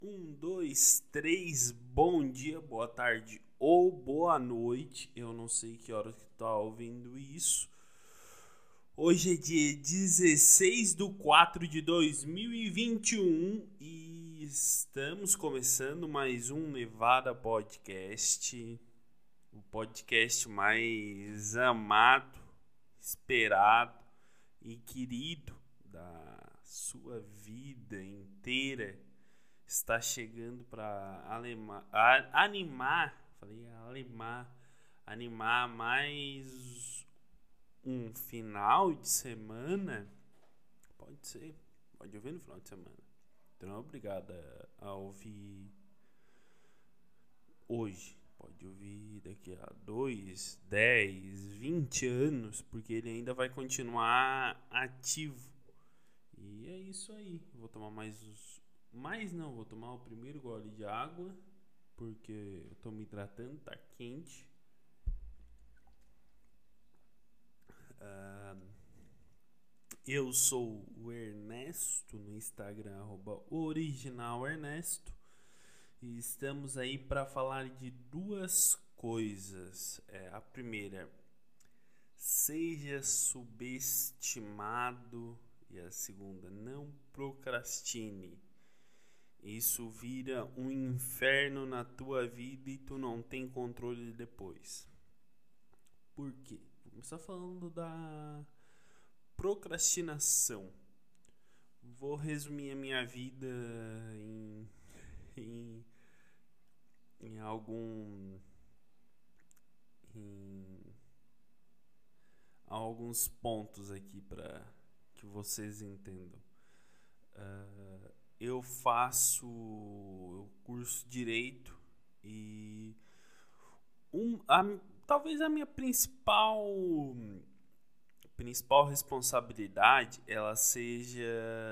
Dois, três, bom dia, boa tarde ou boa noite. Eu não sei que hora que tá ouvindo isso. Hoje é dia 16 de 4 de 2021 e estamos começando mais um Nevada Podcast. O podcast mais amado, esperado e querido da sua vida inteira. Está chegando para animar mais um final de semana. Pode ser, pode ouvir no final de semana. Então não é obrigado a ouvir hoje. Pode ouvir daqui a 2, 10, 20 anos, porque ele ainda vai continuar ativo. E é isso aí. Vou tomar vou tomar o primeiro gole de água, porque eu tô me hidratando, tá quente. Eu sou o Ernesto no Instagram, @originalernesto. E estamos aí para falar de duas coisas. A primeira, seja subestimado. E a segunda, não procrastine. Isso vira um inferno na tua vida e tu não tem controle depois. Por quê? Vou começar falando da procrastinação. Vou resumir a minha vida em, em algum em alguns pontos aqui para que vocês entendam. Eu faço curso de Direito e talvez a minha principal responsabilidade ela seja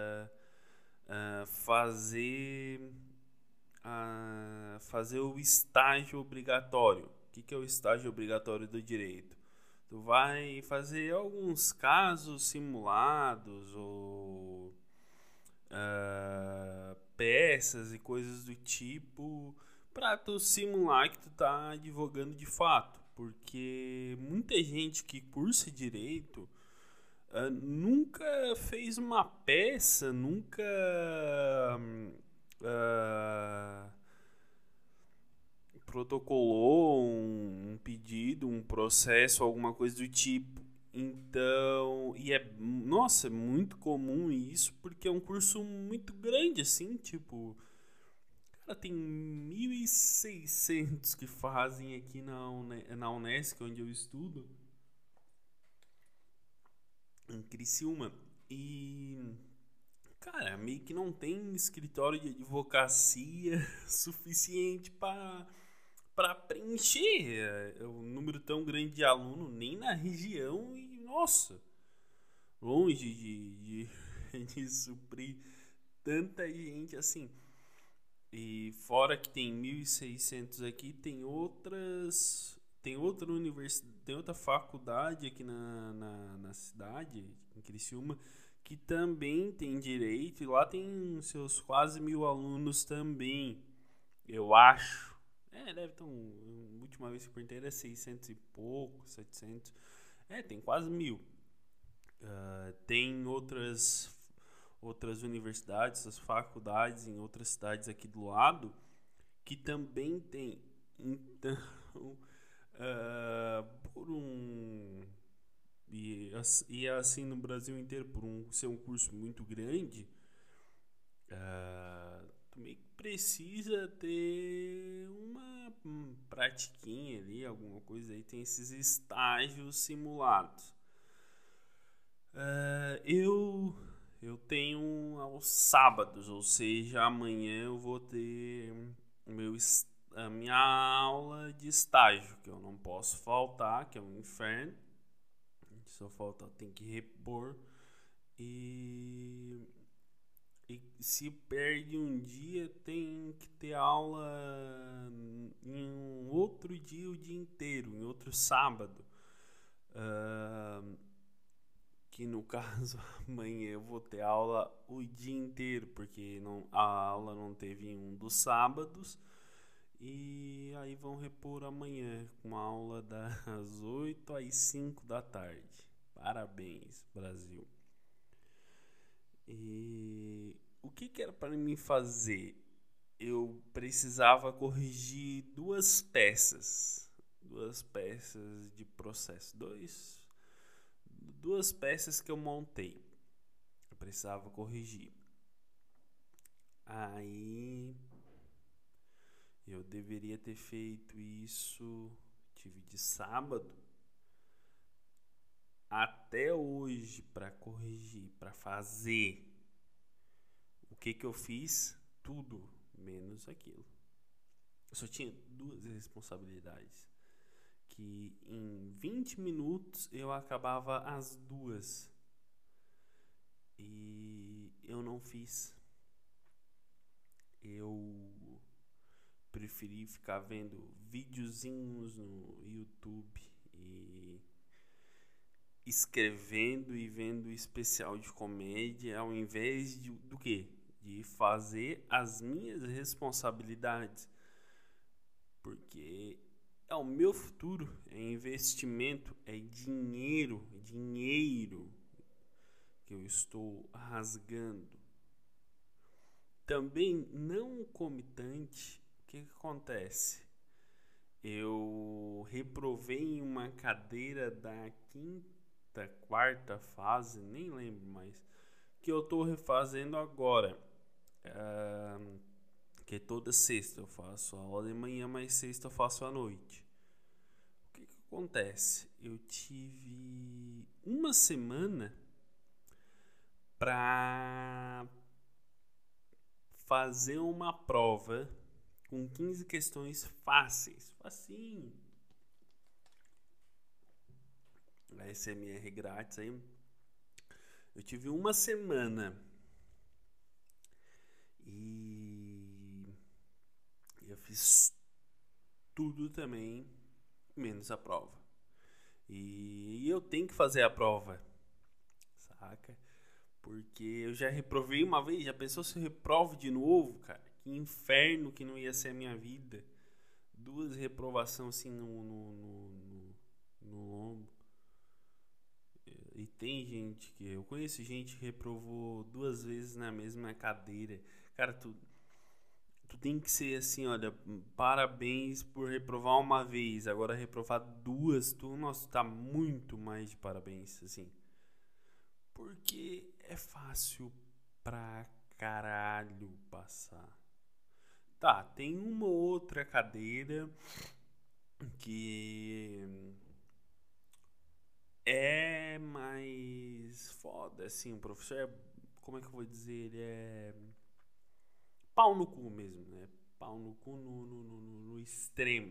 fazer o estágio obrigatório. O que é o estágio obrigatório do direito? Tu vai fazer alguns casos simulados ou peças e coisas do tipo para tu simular que tu tá advogando de fato, porque muita gente que cursa direito nunca fez uma peça, nunca uh, protocolou um pedido, um processo, alguma coisa do tipo. Então, nossa, é muito comum isso, porque é um curso muito grande, assim, tipo, cara, tem 1.600 que fazem aqui na Unesc, onde eu estudo, em Criciúma. E, cara, meio que não tem escritório de advocacia suficiente para preencher um número tão grande de aluno, nem na região. E, nossa, longe de suprir tanta gente assim. E fora que tem 1.600 aqui, tem outra faculdade aqui na cidade, em Criciúma, que também tem direito, e lá tem seus quase 1.000 alunos também, eu acho. Deve ter última vez que eu perguntei era 600 e pouco, 700. Tem quase 1.000. Tem outras universidades, as faculdades em outras cidades aqui do lado que também tem. Então, por um e assim no Brasil inteiro, ser um curso muito grande, tu meio que precisa ter uma pratiquinha ali, alguma coisa aí, tem esses estágios simulados. Eu tenho aos sábados, ou seja, amanhã eu vou ter a minha aula de estágio, que eu não posso faltar, que é um inferno. Se eu faltar, tem que repor. E se perde um dia, tem que ter aula em um outro dia, o dia inteiro, em outro sábado. que no caso amanhã eu vou ter aula o dia inteiro, porque a aula não teve em um dos sábados. E aí vão repor amanhã com a aula das 8 às 5 da tarde. Parabéns, Brasil. E o que era para mim fazer? Eu precisava corrigir duas peças de processo, duas peças que eu montei. Eu precisava corrigir. Aí eu deveria ter feito isso, tive de sábado até hoje para corrigir, para fazer. O que eu fiz? Tudo menos aquilo. Eu só tinha duas responsabilidades, que em 20 minutos eu acabava as duas. E eu não fiz. Eu preferi ficar vendo videozinhos no YouTube e escrevendo e vendo especial de comédia ao invés do quê? De fazer as minhas responsabilidades. Porque é o meu futuro, é investimento, é dinheiro que eu estou rasgando. Também não comitante, o que acontece? Eu reprovei em uma cadeira da quarta fase, nem lembro mais, que eu estou refazendo agora. Que é toda sexta eu faço aula de manhã, mas sexta eu faço à noite. O que acontece? Eu tive uma semana para fazer uma prova com 15 questões fáceis, facinho. SMR grátis aí. Eu tive uma semana e eu fiz tudo também, menos a prova. E eu tenho que fazer a prova, saca? Porque eu já reprovei uma vez, já pensou se eu reprovo de novo, cara? Que inferno que não ia ser a minha vida. Duas reprovações assim no ombro. E tem gente que... Eu conheço gente que reprovou duas vezes na mesma cadeira. Cara, tu tem que ser assim, olha, parabéns por reprovar uma vez. Agora reprovar duas, nossa, tá muito mais de parabéns, assim. Porque é fácil pra caralho passar. Tá, tem uma outra cadeira que é mais foda, assim, o professor é, como é que eu vou dizer, ele é pau no cu mesmo, né? Pau no cu no extremo.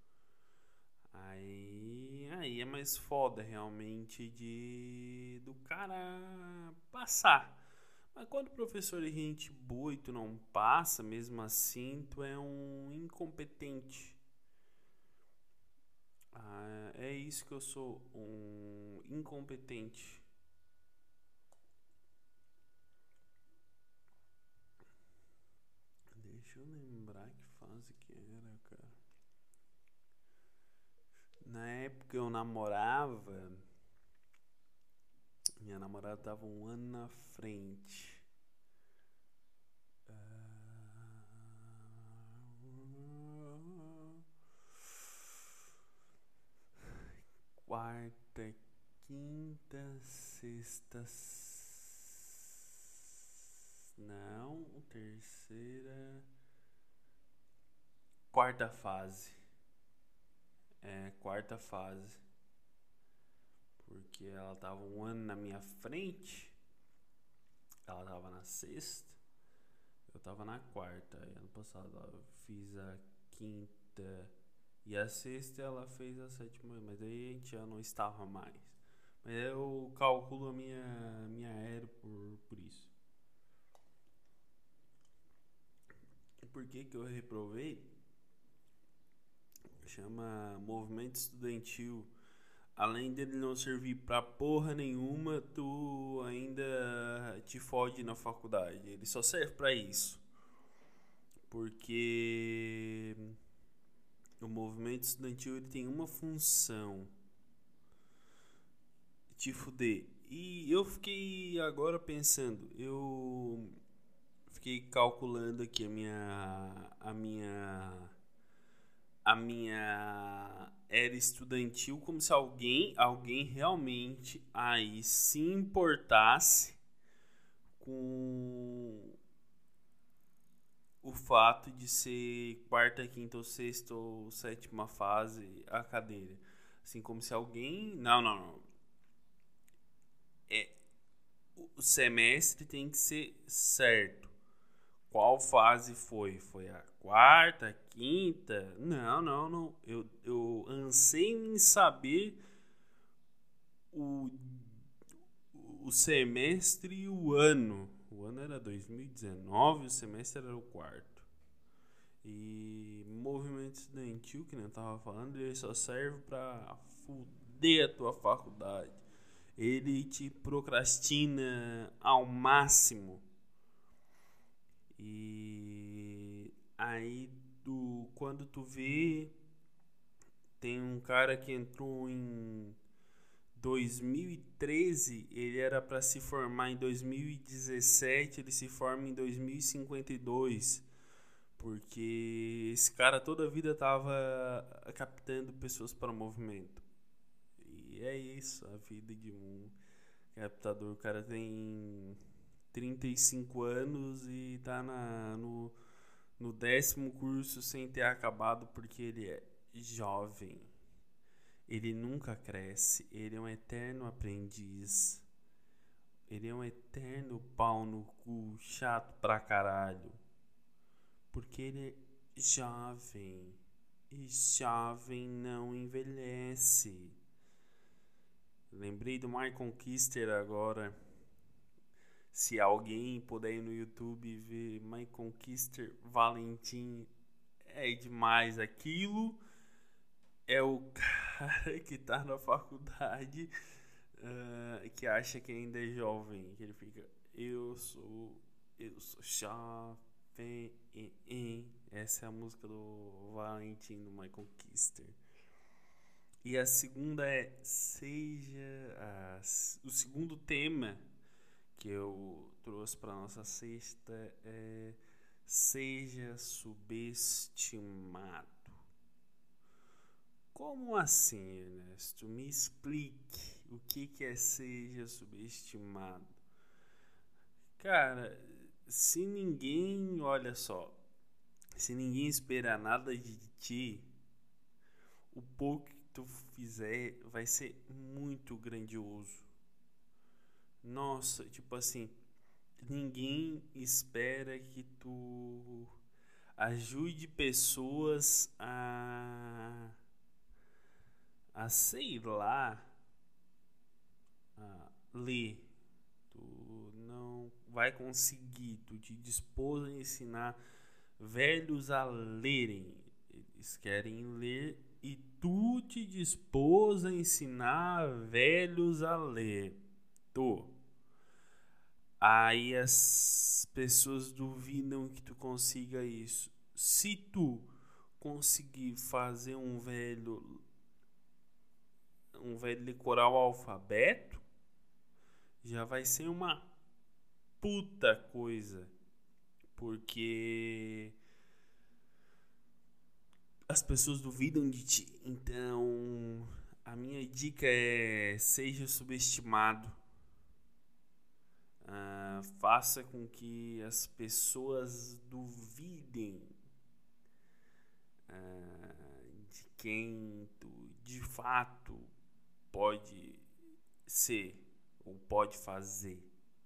Aí é mais foda realmente do cara passar. Mas quando o professor é gente boa e tu não passa, mesmo assim, tu é um incompetente. É isso que eu sou, um incompetente. Deixa eu lembrar que fase que era, cara. Na época eu namorava, minha namorada tava um ano na frente. Quarta, quinta, sexta. Não, terceira. Quarta fase. Quarta fase. Porque ela tava um ano na minha frente. Ela tava na sexta. Eu tava na quarta. Ano passado eu fiz a quinta e a sexta, ela fez a sétima. Mas aí a gente já não estava mais. Mas eu calculo a minha aero por isso. Por que eu reprovei? Chama movimento estudantil. além dele não servir pra porra nenhuma, tu ainda te fode na faculdade. Ele só serve pra isso. Porque o movimento estudantil ele tem uma função: te fuder. E eu fiquei agora pensando, eu fiquei calculando aqui a minha era estudantil como se alguém realmente aí se importasse com o fato de ser quarta, quinta ou sexta ou sétima fase a cadeira. Assim como se alguém. Não. É, o semestre tem que ser certo. Qual fase foi? Foi a quarta, a quinta? Não. Eu anseio em saber o, o semestre e o ano. O ano era 2019, o semestre era o quarto. E movimento estudantil, que nem eu tava falando, ele só serve pra fuder a tua faculdade. Ele te procrastina ao máximo. E aí, quando tu vê, tem um cara que entrou em 2013, ele era para se formar em 2017, ele se forma em 2052, porque esse cara toda a vida tava captando pessoas para o movimento. E é isso, a vida de um captador. O cara tem 35 anos e tá no 10º curso sem ter acabado porque ele é jovem. Ele nunca cresce, ele é um eterno aprendiz. Ele é um eterno pau no cu, chato pra caralho. Porque ele é jovem. E jovem não envelhece. Lembrei do Michael Kister agora. Se alguém puder ir no YouTube e ver Michael Kister Valentim, é demais. Aquilo é o cara que tá na faculdade, que acha que ainda é jovem. Que ele fica, eu sou jovem. Essa é a música do Valentim, do Michael Kister. E a segunda é o segundo tema que eu trouxe para nossa sexta é seja subestimado. Como assim, Ernesto? Me explique o que é seja subestimado. Cara, olha só, se ninguém espera nada de ti, o pouco que tu fizer vai ser muito grandioso. Nossa, tipo assim, ninguém espera que tu ajude pessoas a sei lá, a ler. Tu não vai conseguir, tu te dispôs a ensinar velhos a lerem. Eles querem ler e tu te dispôs a ensinar velhos a ler. Tu. Aí as pessoas duvidam que tu consiga isso. Se tu conseguir fazer um velho decorar o alfabeto, já vai ser uma puta coisa. Porque as pessoas duvidam de ti. Então, a minha dica é: seja subestimado. Faça com que as pessoas duvidem de quem tu de fato pode ser ou pode fazer.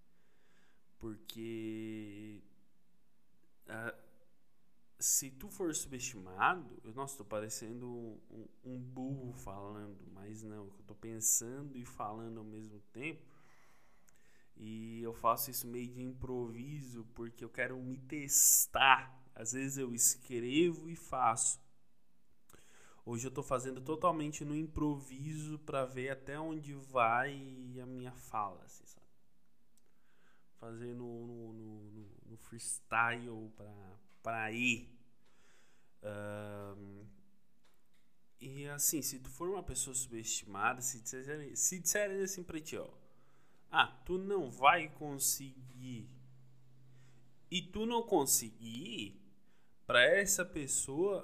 Porque se tu for subestimado, nossa, tô parecendo um burro falando, mas não, eu tô pensando e falando ao mesmo tempo. E eu faço isso meio de improviso porque eu quero me testar. Às vezes eu escrevo e faço. Hoje eu tô fazendo totalmente no improviso pra ver até onde vai a minha fala, assim, sabe? Fazendo no freestyle pra ir. E assim, se tu for uma pessoa subestimada, se disserem assim pra ti, ó. Tu não vai conseguir. E tu não conseguir, pra essa pessoa,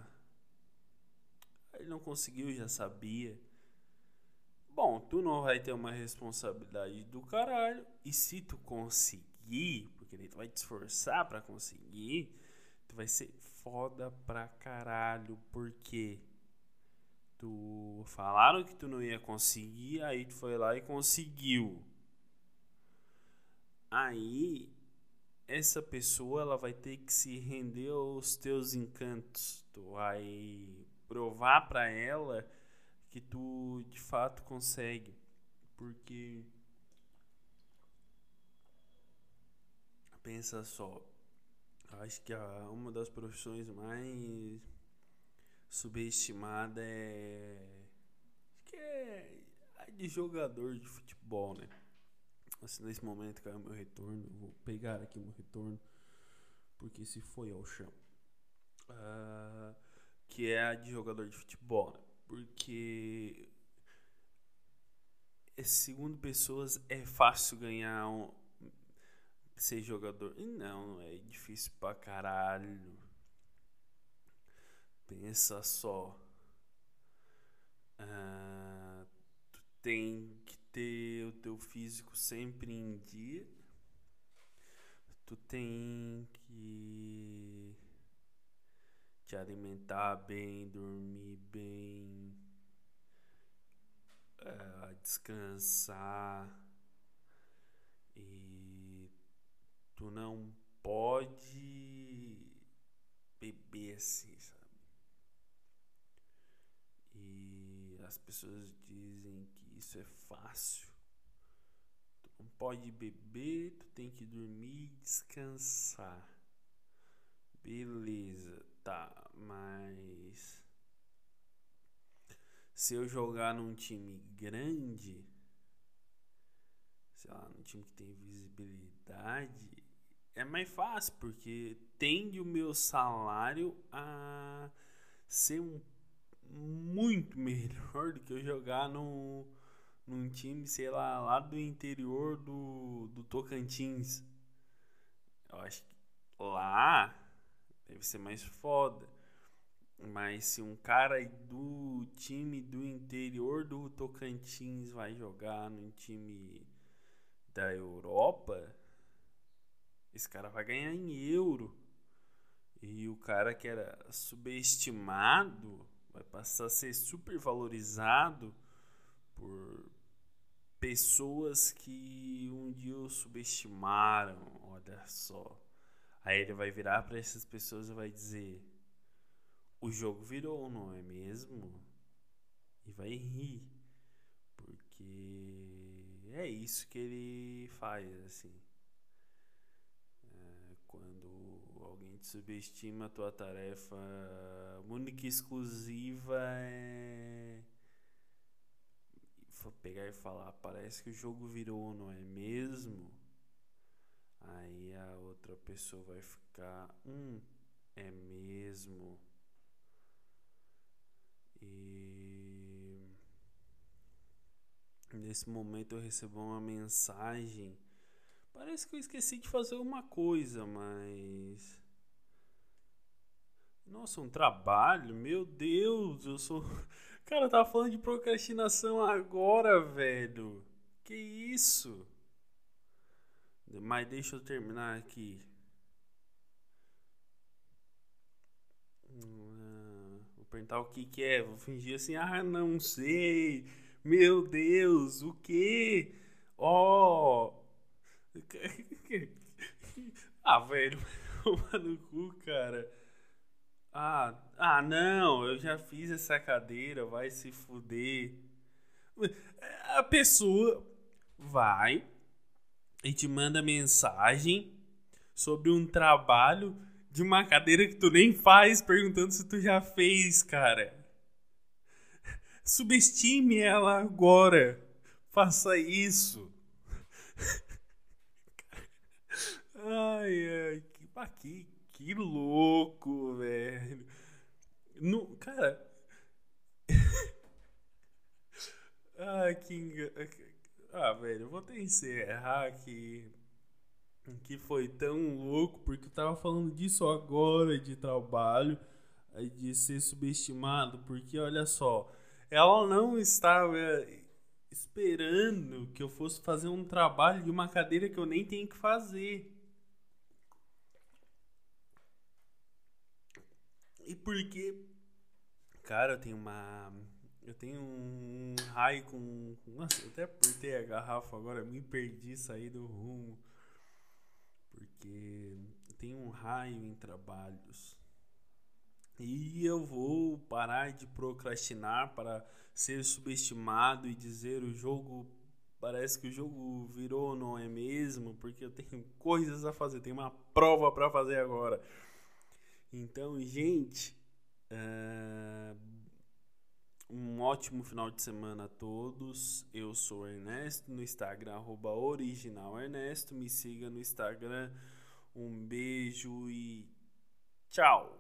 ele não conseguiu, já sabia. Bom, tu não vai ter uma responsabilidade do caralho. E se tu conseguir, porque daí tu vai te esforçar pra conseguir, tu vai ser foda pra caralho. Porque tu falaram que tu não ia conseguir, aí tu foi lá e conseguiu. Aí essa pessoa ela vai ter que se render aos teus encantos. Tu vai provar pra ela que tu de fato consegue. Porque pensa só, acho que uma das profissões mais subestimada acho que é a de jogador de futebol, né? Assim, nesse momento caiu meu retorno, eu vou pegar aqui meu retorno porque se foi ao chão. Que é a de jogador de futebol, né? Porque segundo pessoas é fácil ganhar ser jogador. E não, é difícil pra caralho. Pensa só. Tu tem que ter o teu físico sempre em dia. Tu tem que te alimentar bem, dormir bem, descansar. E tu não pode beber assim, sabe? E as pessoas dizem que isso é fácil. Tu não pode beber, tu tem que dormir e descansar. Beleza, tá, mas se eu jogar num time grande, sei lá, num time que tem visibilidade, é mais fácil, porque tende o meu salário a ser muito melhor do que eu jogar num time, sei lá do interior do Tocantins. Eu acho que lá deve ser mais foda. Mas se um cara do time do interior do Tocantins vai jogar num time da Europa, esse cara vai ganhar em euro. E o cara que era subestimado vai passar a ser super valorizado por pessoas que um dia o subestimaram. Olha só. Aí ele vai virar para essas pessoas e vai dizer: o jogo virou, não é mesmo? E vai rir. Porque é isso que ele faz, assim. Quando alguém te subestima, a tua tarefa única e exclusiva é pegar e falar: parece que o jogo virou, não é mesmo? Aí a outra pessoa vai ficar: é mesmo? E nesse momento eu recebo uma mensagem. Parece que eu esqueci de fazer uma coisa, mas nossa, um trabalho? Meu Deus, eu sou. Cara, eu tava falando de procrastinação agora, velho. Que isso? Mas deixa eu terminar aqui. Vou perguntar o que é. Vou fingir assim, não sei. Meu Deus, o que? Ó. Velho, toma no cu, cara. Não, eu já fiz essa cadeira, vai se fuder. A pessoa vai e te manda mensagem sobre um trabalho de uma cadeira que tu nem faz, perguntando se tu já fez, cara. Subestime ela agora. Faça isso. Ai, que louco, velho. No, cara, ah, que velho, eu vou ter que encerrar que foi tão louco porque eu tava falando disso agora de trabalho, de ser subestimado, porque olha só, ela não estava esperando que eu fosse fazer um trabalho de uma cadeira que eu nem tenho que fazer. E porque, cara, eu tenho um raio com. Nossa, eu até apertei a garrafa agora, me perdi, saí do rumo. Porque eu tenho um raio em trabalhos. E eu vou parar de procrastinar para ser subestimado e dizer o jogo. Parece que o jogo virou, não é mesmo? Porque eu tenho coisas a fazer, tenho uma prova para fazer agora. Então, gente, um ótimo final de semana a todos. Eu sou o Ernesto, no Instagram, @originalernesto. Me siga no Instagram. Um beijo e tchau!